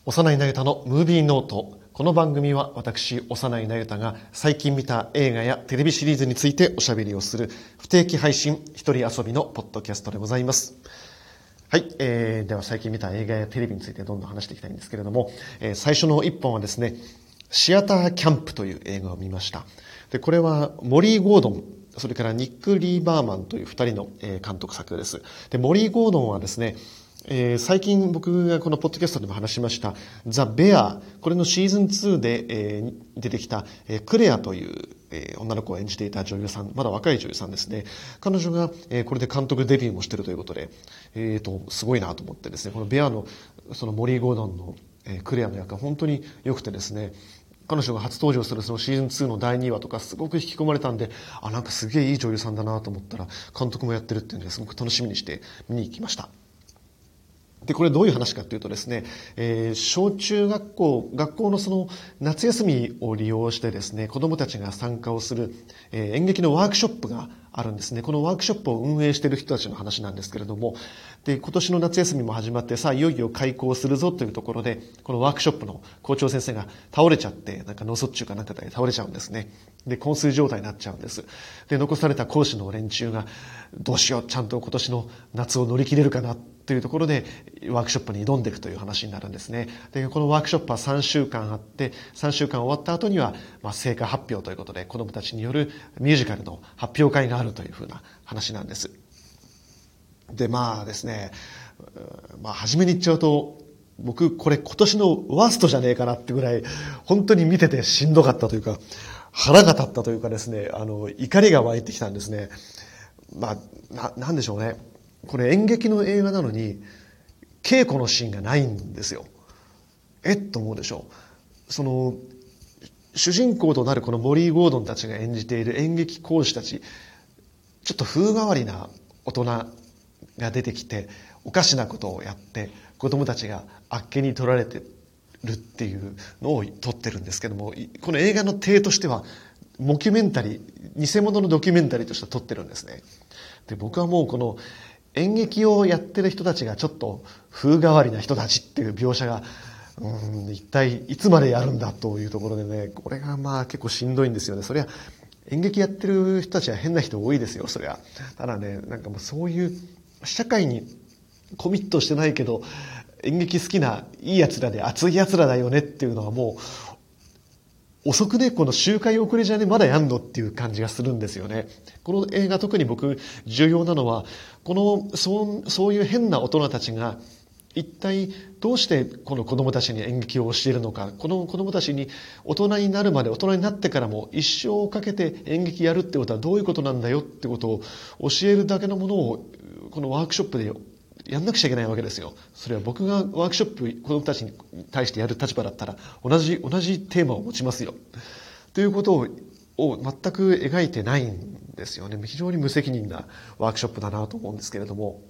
幼いなゆたのムービーノート。この番組は私、幼いなゆたが最近見た映画やテレビシリーズについておしゃべりをする不定期配信一人遊びのポッドキャストでございます。はい、では最近見た映画やテレビについてどんどん話していきたいんですけれども、最初の一本はですね、シアターキャンプという映画を見ました。で、これはモリー・ゴードン、それからニック・リー・バーマンという二人の監督作です。で、モリー・ゴードンはですね、最近僕がこのポッドキャストでも話しましたザ・ベア、これのシーズン2で、出てきた、クレアという、女の子を演じていた女優さん、まだ若い女優さんですね。彼女が、これで監督デビューもしているということで、すごいなと思ってですね、このベアのそのモリー・ゴードンの、クレアの役が本当に良くてですね、彼女が初登場するそのシーズン2の第2話とかすごく引き込まれたんで、なんかすげえいい女優さんだなと思ったら監督もやってるっていうのですごく楽しみにして見に行きました。で、これどういう話かというとですね、小中学校のその夏休みを利用してですね、子供たちが参加をする、演劇のワークショップがあるんですね。このワークショップを運営している人たちの話なんですけれども、で、今年の夏休みも始まって、さあいよいよ開校するぞというところで、このワークショップの校長先生が倒れちゃって、なんか脳卒中かなんかで倒れちゃうんですね。で、昏睡状態になっちゃうんです。で、残された講師の連中が、どうしよう、ちゃんと今年の夏を乗り切れるかなというところで、ワークショップに挑んでいくという話になるんですね。で、このワークショップは3週間あって、3週間終わった後には、成果発表ということで、子供たちによるミュージカルの発表会があるというふうな話なんです。で、ですね、初めに言っちゃうと、僕、これ今年のワーストじゃねえかなってぐらい、本当に見ててしんどかったというか、腹が立ったというかですね、怒りが湧いてきたんですね。なんでしょうね。これ演劇の映画なのに、稽古のシーンがないんですよ。と思うでしょう。その、主人公となるこのモリー・ゴードンたちが演じている演劇講師たち、ちょっと風変わりな大人が出てきて、おかしなことをやって、子供たちがあっけに取られてるっていうのを撮ってるんですけども、この映画の体としては、モキュメンタリー、偽物のドキュメンタリーとして撮ってるんですね。で、僕はもうこの演劇をやってる人たちがちょっと風変わりな人たちっていう描写が、一体いつまでやるんだというところでね、これが結構しんどいんですよね。そりゃ、演劇やってる人たちは変な人多いですよ、そりゃ。ただね、なんかもうそういう、社会にコミットしてないけど、演劇好きないい奴らで熱い奴らだよねっていうのはもう、遅くね、この周回遅れじゃね、まだやんのっていう感じがするんですよね。この映画特に僕重要なのは、そういう変な大人たちが、一体どうしてこの子供たちに演劇を教えるのか、この子供たちに大人になるまで、大人になってからも一生をかけて演劇やるってことはどういうことなんだよってことを教えるだけのものを、このワークショップでやんなくちゃいけないわけですよ。それは僕がワークショップ子供たちに対してやる立場だったら同じテーマを持ちますよ。ということを全く描いてないんですよね。非常に無責任なワークショップだなと思うんですけれども。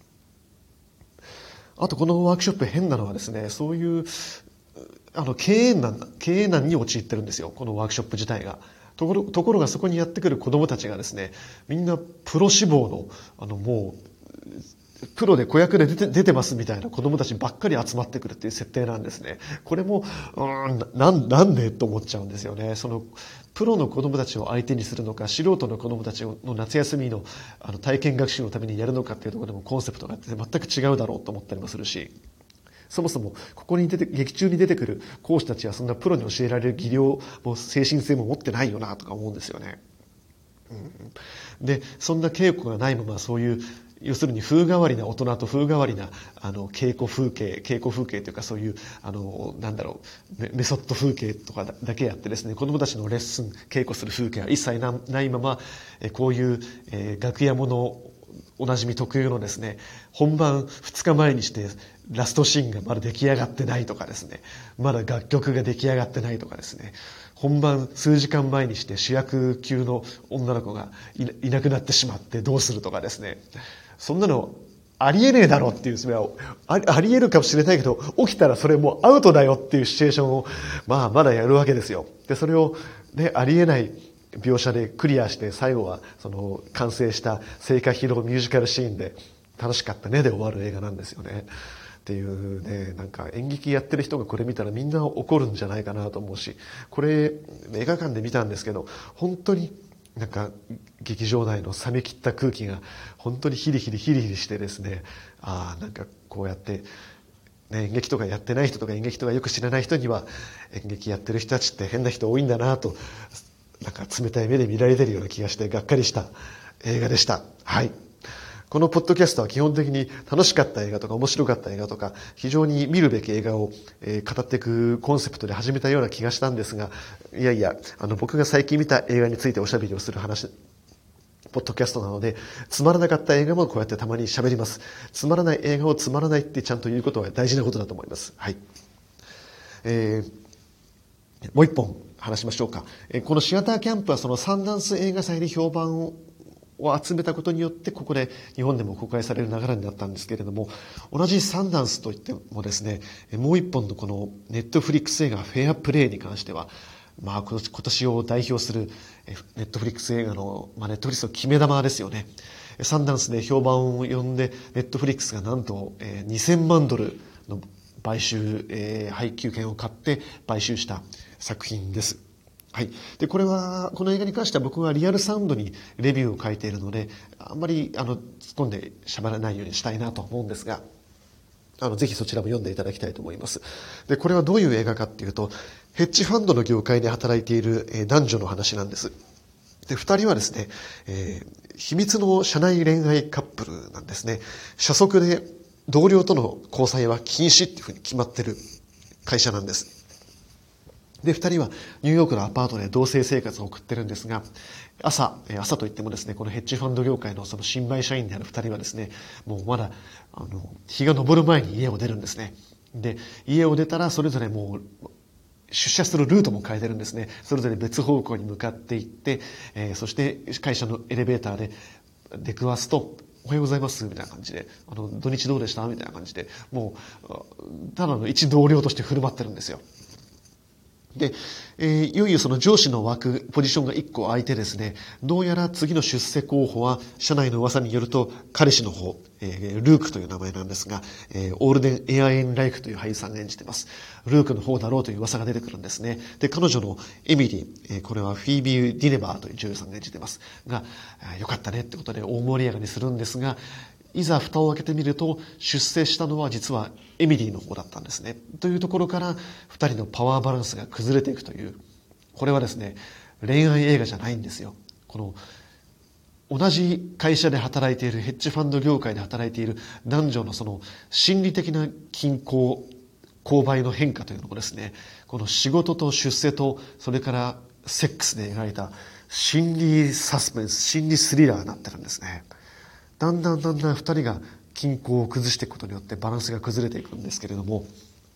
あとこのワークショップ変なのはですね、そういう経営難に陥ってるんですよ。このワークショップ自体が。ところがそこにやってくる子供たちがですね、みんなプロ志望のもうプロで子役で出てますみたいな子供たちばっかり集まってくるっていう設定なんですね。これも、なんでと思っちゃうんですよね。その、プロの子供たちを相手にするのか、素人の子供たちの夏休みの体験学習のためにやるのかっていうところでもコンセプトがあって全く違うだろうと思ったりもするし、そもそもここに劇中に出てくる講師たちはそんなプロに教えられる技量も精神性も持ってないよなとか思うんですよね。で、そんな稽古がないままそういう要するに風変わりな大人と風変わりな稽古風景というかそういうメソッド風景とかだけやってですね、子供たちのレッスン稽古する風景は一切ないまま、こういう、楽屋ものおなじみ特有のですね、本番2日前にしてラストシーンがまだ出来上がってないとかですね、まだ楽曲が出来上がってないとかですね、本番数時間前にして主役級の女の子がいなくなってしまってどうするとかですね、そんなのありえねえだろっていう、それはありえるかもしれないけど、起きたらそれもうアウトだよっていうシチュエーションをまだやるわけですよ。で、それをね、ありえない描写でクリアして最後はその完成した聖火披露ミュージカルシーンで楽しかったねで終わる映画なんですよね。 っていうね、なんか演劇やってる人がこれ見たらみんな怒るんじゃないかなと思うし、これ映画館で見たんですけど、本当になんか劇場内の冷め切った空気が本当にヒリヒリしてですね、なんかこうやって演劇とかやってない人とか演劇とかよく知らない人には、演劇やってる人たちって変な人多いんだなと、なんか冷たい目で見られてるような気がしてがっかりした映画でした。はい。このポッドキャストは基本的に楽しかった映画とか面白かった映画とか非常に見るべき映画を語っていくコンセプトで始めたような気がしたんですが、いやいや、僕が最近見た映画についておしゃべりをする話、ポッドキャストなので、つまらなかった映画もこうやってたまに喋ります。つまらない映画をつまらないってちゃんと言うことは大事なことだと思います。はい。もう一本話しましょうか。このシアターキャンプはそのサンダンス映画祭で評判を集めたことによってここで日本でも公開される流れになったんですけれども、同じサンダンスといってもですね、もう一本のこのネットフリックス映画フェアプレイに関しては、今年を代表するネットフリックス映画の、ネットフリックスの決め玉ですよね。サンダンスで評判を呼んで、ネットフリックスがなんと2000万ドルの買収、配給権を買って買収した作品です。はい。で、この映画に関しては僕はリアルサウンドにレビューを書いているので、あんまり突っ込んで喋らないようにしたいなと思うんですが、ぜひそちらも読んでいただきたいと思います。で、これはどういう映画かっていうと、ヘッジファンドの業界で働いている男女の話なんです。で、二人はですね、秘密の社内恋愛カップルなんですね。社則で同僚との交際は禁止っていうふうに決まってる会社なんです。で、二人はニューヨークのアパートで同棲生活を送ってるんですが、朝といってもですね、このヘッジファンド業界のその新米社員である二人はですね、もうまだ、日が昇る前に家を出るんですね。で、家を出たらそれぞれもう、出社するルートも変えてるんですね。それぞれ別方向に向かっていって、そして会社のエレベーターで出くわすと、おはようございます、みたいな感じで、土日どうでしたみたいな感じで、もう、ただの一同僚として振る舞ってるんですよ。で、いよいよその上司の枠、ポジションが1個空いてですね、どうやら次の出世候補は、社内の噂によると、彼氏の方、ルークという名前なんですが、オールデン・エアエン・ライクという俳優さんが演じています。ルークの方だろうという噂が出てくるんですね。で、彼女のエミリー、これはフィービー・ディネバーという女優さんが演じています。が、よかったねってことで大盛り上がりするんですが、いざ蓋を開けてみると、出世したのは実はエミリーの方だったんですね。というところから、二人のパワーバランスが崩れていくという、これはですね、恋愛映画じゃないんですよ。この、同じ会社で働いている、ヘッジファンド業界で働いている男女のその心理的な均衡、勾配の変化というのをですね、この仕事と出世と、それからセックスで描いた心理サスペンス、心理スリラーになってるんですね。だんだん二人が均衡を崩していくことによってバランスが崩れていくんですけれども、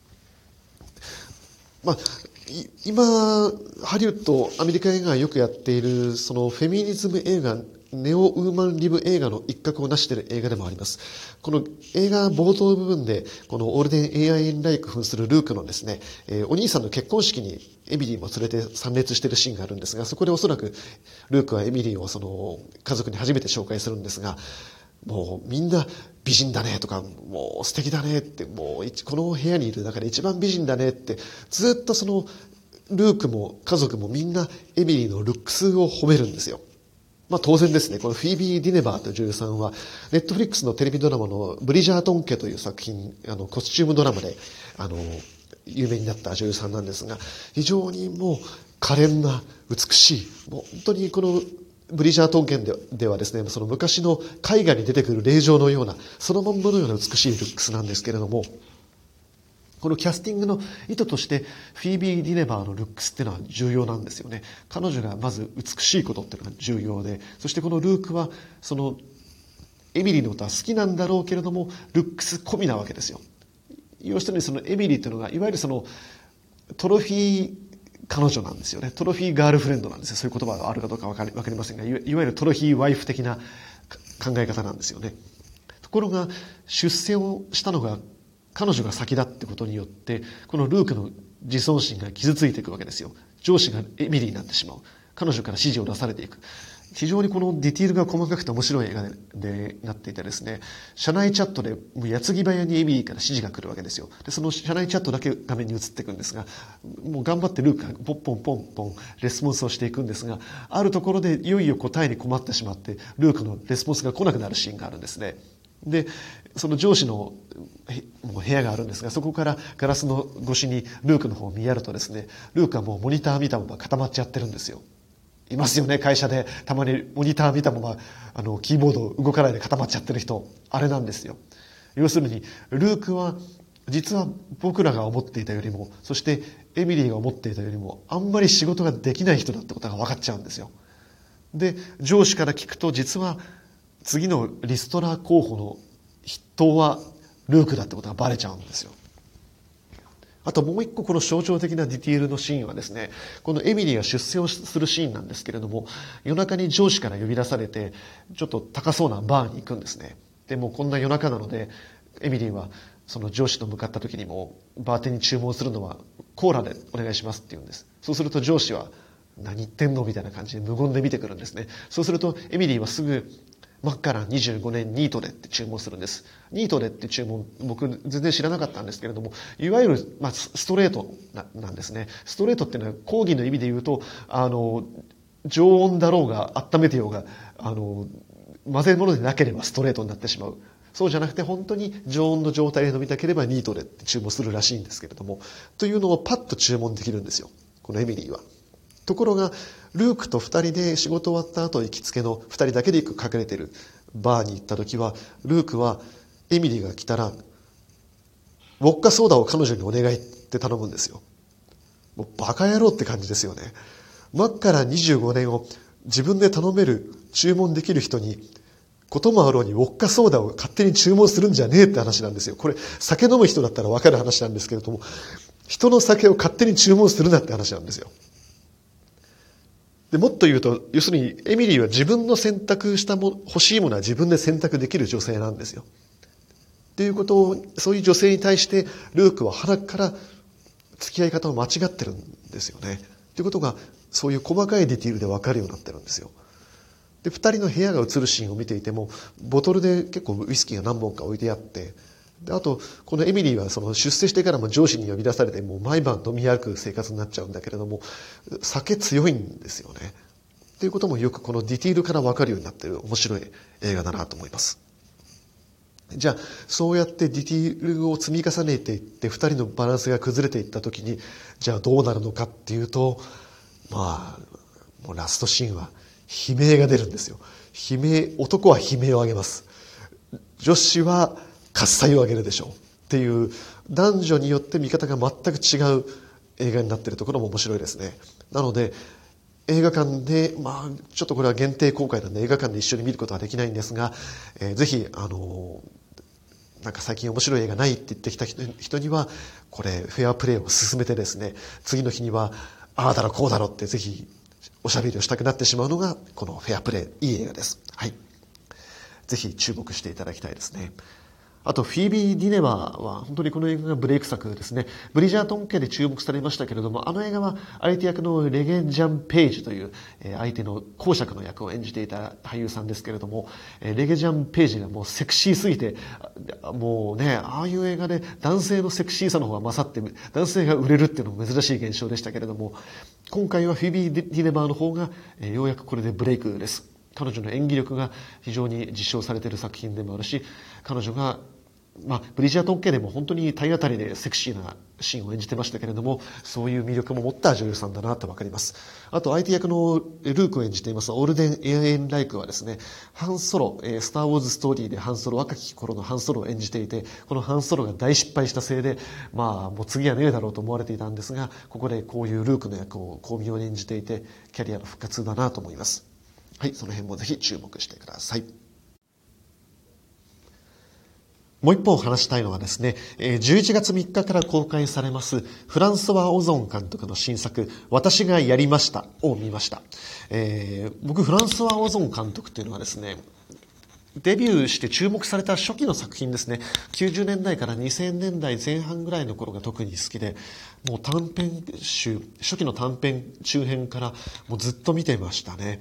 今、ハリウッド、アメリカ映画がよくやっている、そのフェミニズム映画、ネオウーマンリブ映画の一角を成している映画でもあります。この映画冒頭部分で、このオールデン AI エンライク扮するルークのですね、お兄さんの結婚式にエミリーも連れて参列しているシーンがあるんですが、そこでおそらくルークはエミリーをその家族に初めて紹介するんですが、もうみんな美人だねとか、もう素敵だねって、もうこの部屋にいる中で一番美人だねって、ずっとそのルークも家族もみんなエミリーのルックスを褒めるんですよ。当然ですね、このフィービー・ディネバーという女優さんは、ネットフリックスのテレビドラマのブリジャートン家という作品、コスチュームドラマで、有名になった女優さんなんですが、非常にもう可憐な美しい、もう本当にこのブリジャートン家ではですね、その昔の絵画に出てくる霊場のような、そのまんまのような美しいルックスなんですけれども、このキャスティングの意図として、フィービー・ディネバーのルックスっていうのは重要なんですよね。彼女がまず美しいことっていうのが重要で、そしてこのルークは、その、エミリーのことは好きなんだろうけれども、ルックス込みなわけですよ。要するにそのエミリーっていうのが、いわゆるその、トロフィー彼女なんですよね。トロフィーガールフレンドなんですよ。そういう言葉があるかどうかわかりませんが、いわゆるトロフィーワイフ的な考え方なんですよね。ところが、出世をしたのが、彼女が先だってことによって、このルークの自尊心が傷ついていくわけですよ。上司がエミリーになってしまう。彼女から指示を出されていく。 非常にこのディティールが細かくて面白い映画でなっていてですね、社内チャットでもう矢継ぎ早にエミリーから指示が来るわけですよ。で、その社内チャットだけ画面に映っていくんですが、もう頑張ってルークがポンポンポンポンレスポンスをしていくんですが、あるところでいよいよ答えに困ってしまって、ルークのレスポンスが来なくなるシーンがあるんですね。で、その上司のもう部屋があるんですが、そこからガラスの越しにルークの方を見やるとですね、ルークはもうモニター見たまま固まっちゃってるんですよ。いますよね、会社でたまにモニター見たままキーボード動かないで固まっちゃってる人、あれなんですよ。要するにルークは実は僕らが思っていたよりも、そしてエミリーが思っていたよりもあんまり仕事ができない人だってことが分かっちゃうんですよ。で、上司から聞くと実は次のリストラ候補の筆頭はルークだってことがバレちゃうんですよ。あともう一個この象徴的なディティールのシーンはですね、このエミリーが出世をするシーンなんですけれども、夜中に上司から呼び出されて、ちょっと高そうなバーに行くんですね。でもこんな夜中なので、エミリーはその上司と向かった時にも、バーテンに注文するのはコーラでお願いしますって言うんです。そうすると上司は、何言ってんのみたいな感じで無言で見てくるんですね。そうするとエミリーはすぐ、マッカラン25年ニートでって注文するんです。ニートでって注文、僕全然知らなかったんですけれども、いわゆる、ストレートなんですね。ストレートっていうのは講義の意味で言うと、常温だろうが温めてようが、混ぜ物でなければストレートになってしまう。そうじゃなくて本当に常温の状態で飲みたければニートでって注文するらしいんですけれども、というのをパッと注文できるんですよ。このエミリーは。ところが、ルークと二人で仕事終わった後行きつけの二人だけで行く隠れてるバーに行った時は、ルークはエミリーが来たら、ウォッカソーダを彼女にお願いって頼むんですよ。もうバカ野郎って感じですよね。マッカラン25年を自分で頼める、注文できる人に、こともあろうにウォッカソーダを勝手に注文するんじゃねえって話なんですよ。これ、酒飲む人だったらわかる話なんですけれども、人の酒を勝手に注文するなって話なんですよ。でもっと言うと、要するにエミリーは自分の選択した欲しいものは自分で選択できる女性なんですよ。っていうことを、そういう女性に対してルークは腹から付き合い方を間違ってるんですよね。ということが、そういう細かいディティールで分かるようになってるんですよ。で、二人の部屋が映るシーンを見ていても、ボトルで結構ウイスキーが何本か置いてあって、で、あと、このエミリーはその出世してからも上司に呼び出されて、もう毎晩飲み歩く生活になっちゃうんだけれども、酒強いんですよね。っていうこともよくこのディティールから分かるようになっている面白い映画だなと思います。じゃあ、そうやってディティールを積み重ねていって、二人のバランスが崩れていったときに、じゃあどうなるのかっていうと、もうラストシーンは悲鳴が出るんですよ。男は悲鳴を上げます。女子は喝采を上げるでしょうっていう男女によって見方が全く違う映画になっているところも面白いですね。なので映画館で、ちょっとこれは限定公開なんで映画館で一緒に見ることはできないんですが、ぜひなんか最近面白い映画ないって言ってきた人にはこれフェアプレイを進めてですね、次の日にはああだろこうだろってぜひおしゃべりをしたくなってしまうのがこのフェアプレイ、いい映画です。はい。ぜひ注目していただきたいですね。あと、フィービー・ディネバーは本当にこの映画がブレイク作ですね。ブリジャートン家で注目されましたけれども、あの映画は相手役のレゲ・ジャン・ペイジという相手の公爵の役を演じていた俳優さんですけれども、レゲ・ジャン・ペイジがもうセクシーすぎて、もうね、ああいう映画で男性のセクシーさの方が勝って男性が売れるっていうのも珍しい現象でしたけれども、今回はフィービー・ディネバーの方がようやくこれでブレイクです。彼女の演技力が非常に実証されている作品でもあるし、彼女がブリジャートン家でも本当に体当たりでセクシーなシーンを演じてましたけれども、そういう魅力も持った女優さんだなとわかります。あと相手役のルークを演じていますオルデン・エンライクはですね、ハンソロ、スター・ウォーズ・ストーリーでハンソロ、若き頃のハンソロを演じていて、このハンソロが大失敗したせいで、もう次はねえだろうと思われていたんですが、ここでこういうルークの役を巧妙に演じていて、キャリアの復活だなと思います。はい、その辺もぜひ注目してください。もう一方話したいのはですね、11月3日から公開されますフランソワ・オゾン監督の新作、私がやりましたを見ました。僕フランソワ・オゾン監督っていうのはですね、デビューして注目された初期の作品ですね、90年代から2000年代前半ぐらいの頃が特に好きで、もう短編集、初期の短編中編からもうずっと見てましたね。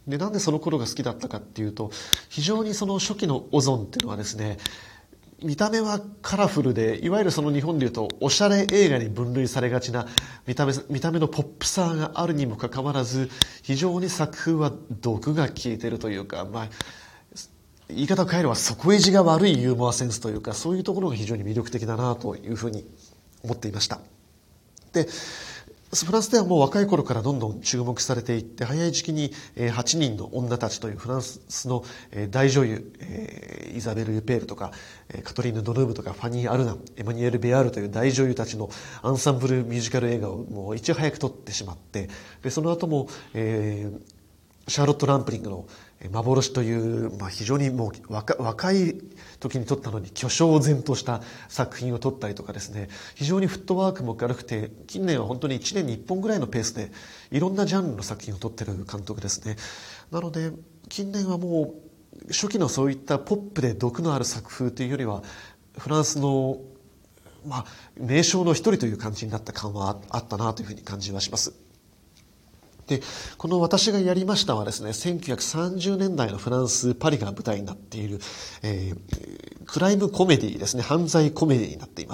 で、なんでその頃が好きだったかっていうと、非常にその初期のオゾンっていうのはですね、見た目はカラフルで、いわゆるその日本でいうとおしゃれ映画に分類されがちな見た目のポップさがあるにもかかわらず、非常に作風は毒が消えてるというか、言い方を変えれば底意地が悪いユーモアセンスというか、そういうところが非常に魅力的だなというふうに思っていました。で、フランスではもう若い頃からどんどん注目されていって、早い時期に8人の女たちというフランスの大女優、イザベル・ユペールとかカトリーヌ・ドヌーブとかファニー・アルナン、エマニュエル・ベアールという大女優たちのアンサンブルミュージカル映画をもういち早く撮ってしまって、でその後も、シャーロット・ランプリングの幻という、非常にもう若い時に撮ったのに巨匠を前とした作品を撮ったりとかですね、非常にフットワークも軽くて、近年は本当に1年に1本ぐらいのペースでいろんなジャンルの作品を撮っている監督ですね。なので近年はもう初期のそういったポップで毒のある作風というよりは、フランスの名将の一人という感じになった感はあったなというふうに感じはします。で、この私がやりましたはですね、1930年代のフランス・パリが舞台になっている、クライムコメディですね、犯罪コメディになっています。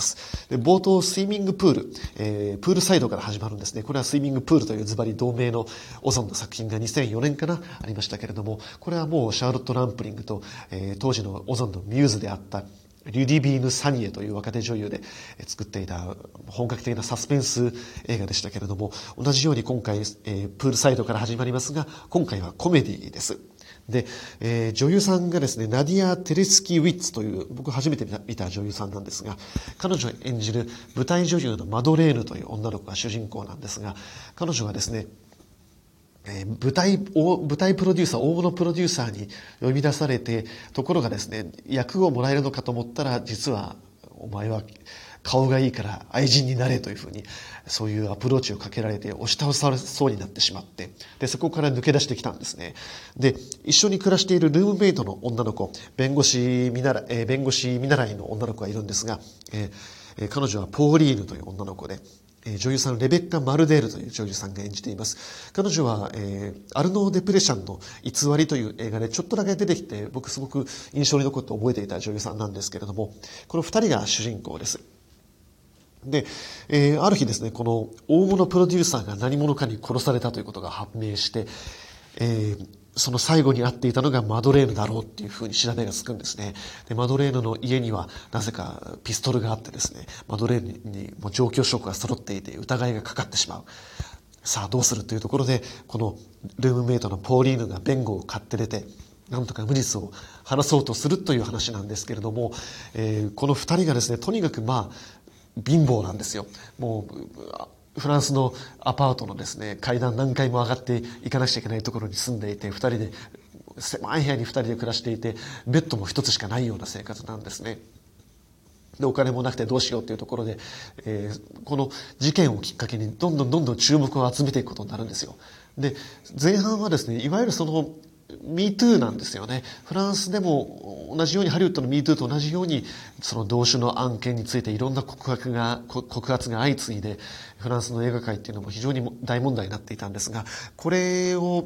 で、冒頭スイミングプール、プールサイドから始まるんですね。これはスイミングプールというズバリ同名のオゾンの作品が2004年からありましたけれども、これはもうシャーロット・ランプリングと、当時のオゾンのミューズであったリュディビーヌ・サニエという若手女優で作っていた本格的なサスペンス映画でしたけれども、同じように今回、プールサイドから始まりますが、今回はコメディです。で、女優さんがですね、ナディア・テレスキー・ウィッツという、僕初めて見た女優さんなんですが、彼女が演じる舞台女優のマドレーヌという女の子が主人公なんですが、彼女はですね、舞台プロデューサー、大物プロデューサーに呼び出されて、ところがですね、役をもらえるのかと思ったら、実はお前は顔がいいから愛人になれというふうに、そういうアプローチをかけられて押し倒されそうになってしまって、でそこから抜け出してきたんですね。で、一緒に暮らしているルームメイトの女の子、弁護士見習いの女の子がいるんですが、彼女はポーリーヌという女の子で、女優さんレベッカ・マルデールという女優さんが演じています。彼女は、アルノー・デプレシャンの偽りという映画でちょっとだけ出てきて、僕すごく印象に残って覚えていた女優さんなんですけれども、この二人が主人公です。で、ある日ですね、この大物プロデューサーが何者かに殺されたということが判明して、その最後に会っていたのがマドレーヌだろうっていうふうに調べがつくんですね。で、マドレーヌの家にはなぜかピストルがあってですね、マドレーヌにも状況証拠が揃っていて疑いがかかってしまう。さあどうするというところで、このルームメイトのポーリーヌが弁護を買って出て、なんとか無実を話そうとするという話なんですけれども、この二人がですね、とにかく貧乏なんですよ。もうフランスのアパートのですね、階段何回も上がっていかなくちゃいけないところに住んでいて、二人で狭い部屋に二人で暮らしていて、ベッドも一つしかないような生活なんですね。で、お金もなくてどうしようというところで、この事件をきっかけにどんどん注目を集めていくことになるんですよ。で、前半はですね、いわゆるそのMeToo なんですよね。フランスでも同じようにハリウッドの MeToo と同じように、その同種の案件についていろんな告発が相次いで、フランスの映画界っていうのも非常に大問題になっていたんですが、これを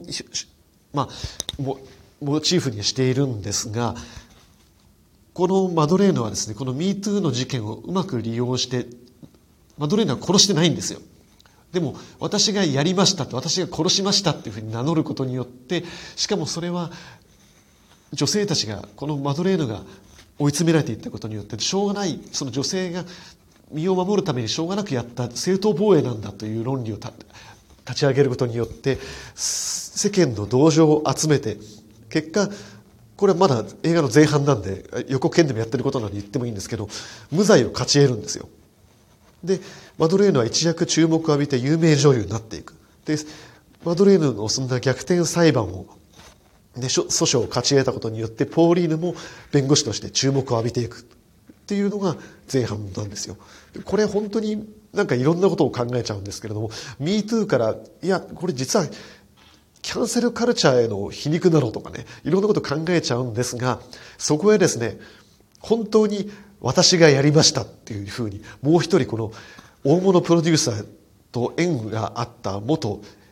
モチーフにしているんですが、このマドレーヌはですね、この MeToo の事件をうまく利用して、マドレーヌは殺してないんですよ。でも私がやりましたと、私が殺しましたっていうふうに名乗ることによって、しかもそれは女性たちが、このマドレーヌが追い詰められていったことによって、しょうがない、その女性が身を守るためにしょうがなくやった正当防衛なんだという論理を立ち上げることによって、世間の同情を集めて、結果、これはまだ映画の前半なんで予告編でもやってることなので言ってもいいんですけど、無罪を勝ち得るんですよ。で、マドレーヌは一躍注目を浴びて有名女優になっていく。で、マドレーヌのそんな逆転裁判を、訴訟を勝ち得たことによって、ポーリーヌも弁護士として注目を浴びていくっていうのが前半なんですよ。これ本当になんかいろんなことを考えちゃうんですけれども、MeToo から、いや、これ実はキャンセルカルチャーへの皮肉だろうとかね、いろんなことを考えちゃうんですが、そこへですね、本当に私がやりましたっていうふうに、もう一人この大物プロデューサーと縁があった元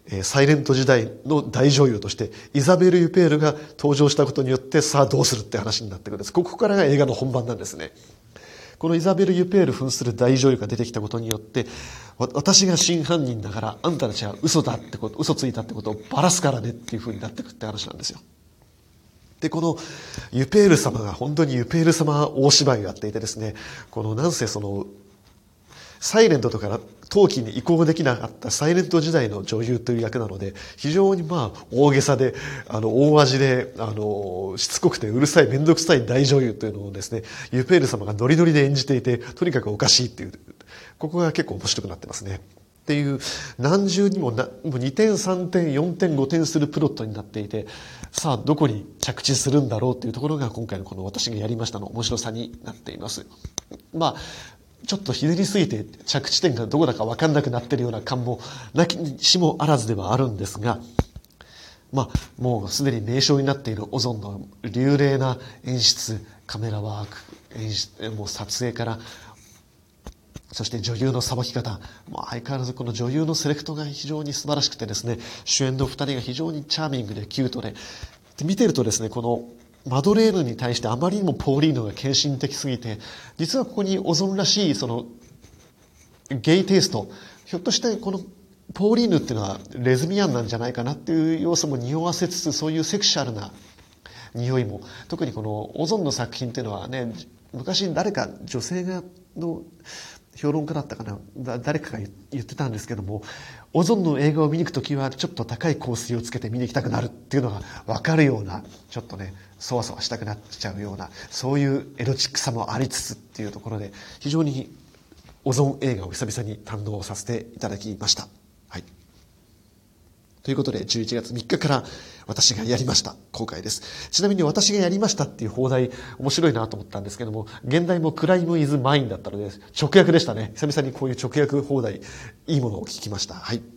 サイレント時代の大女優としてイザベル・ユペールが登場したことによって、さあどうするって話になってくるんです。ここからが映画の本番なんですね。このイザベル・ユペール扮する大女優が出てきたことによって、私が真犯人だからあんたたちは嘘ついたってことをばらすからねっていう風になってくって話なんですよ。で、このユペール様が本当にユペール様大芝居をやっていてですね、なんせサイレントとか陶器に移行できなかったサイレント時代の女優という役なので、非常に大げさで、大味で、しつこくてうるさいめんどくさい大女優というのをですね、ユペール様がノリノリで演じていて、とにかくおかしいっていう、ここが結構面白くなってますね。っていう何重にも2点3点4点5点するプロットになっていて、さあどこに着地するんだろうっていうところが今回のこの私がやりましたの面白さになっています。ちょっとひねりすぎて着地点がどこだか分かんなくなっているような感もなきにしもあらずではあるんですが、もうすでに名称になっているオゾンの流麗な演出、カメラワーク、もう撮影から、そして女優のさばき方、相変わらずこの女優のセレクトが非常に素晴らしくてですね、主演の二人が非常にチャーミングでキュートで、見てるとですね、このマドレーヌに対してあまりにもポーリーノが献身的すぎて、実はここにオゾンらしいゲイテイスト、ひょっとしてこのポーリーヌっていうのはレズビアンなんじゃないかなっていう要素も匂わせつつ、そういうセクシャルな匂いも、特にこのオゾンの作品っていうのはね、昔誰か女性の評論家だったかな、誰かが言ってたんですけども、オゾンの映画を見に行くときはちょっと高い香水をつけて見に行きたくなるっていうのが分かるような、ちょっとねそわそわしたくなっちゃうような、そういうエロチックさもありつつっていうところで、非常にオゾン映画を久々に堪能させていただきました。はい。ということで11月3日から私がやりました公開です。ちなみに私がやりましたっていう放題面白いなと思ったんですけども、現代もクライムイズマインだったので直訳でしたね。久々にこういう直訳放題いいものを聞きました。はい。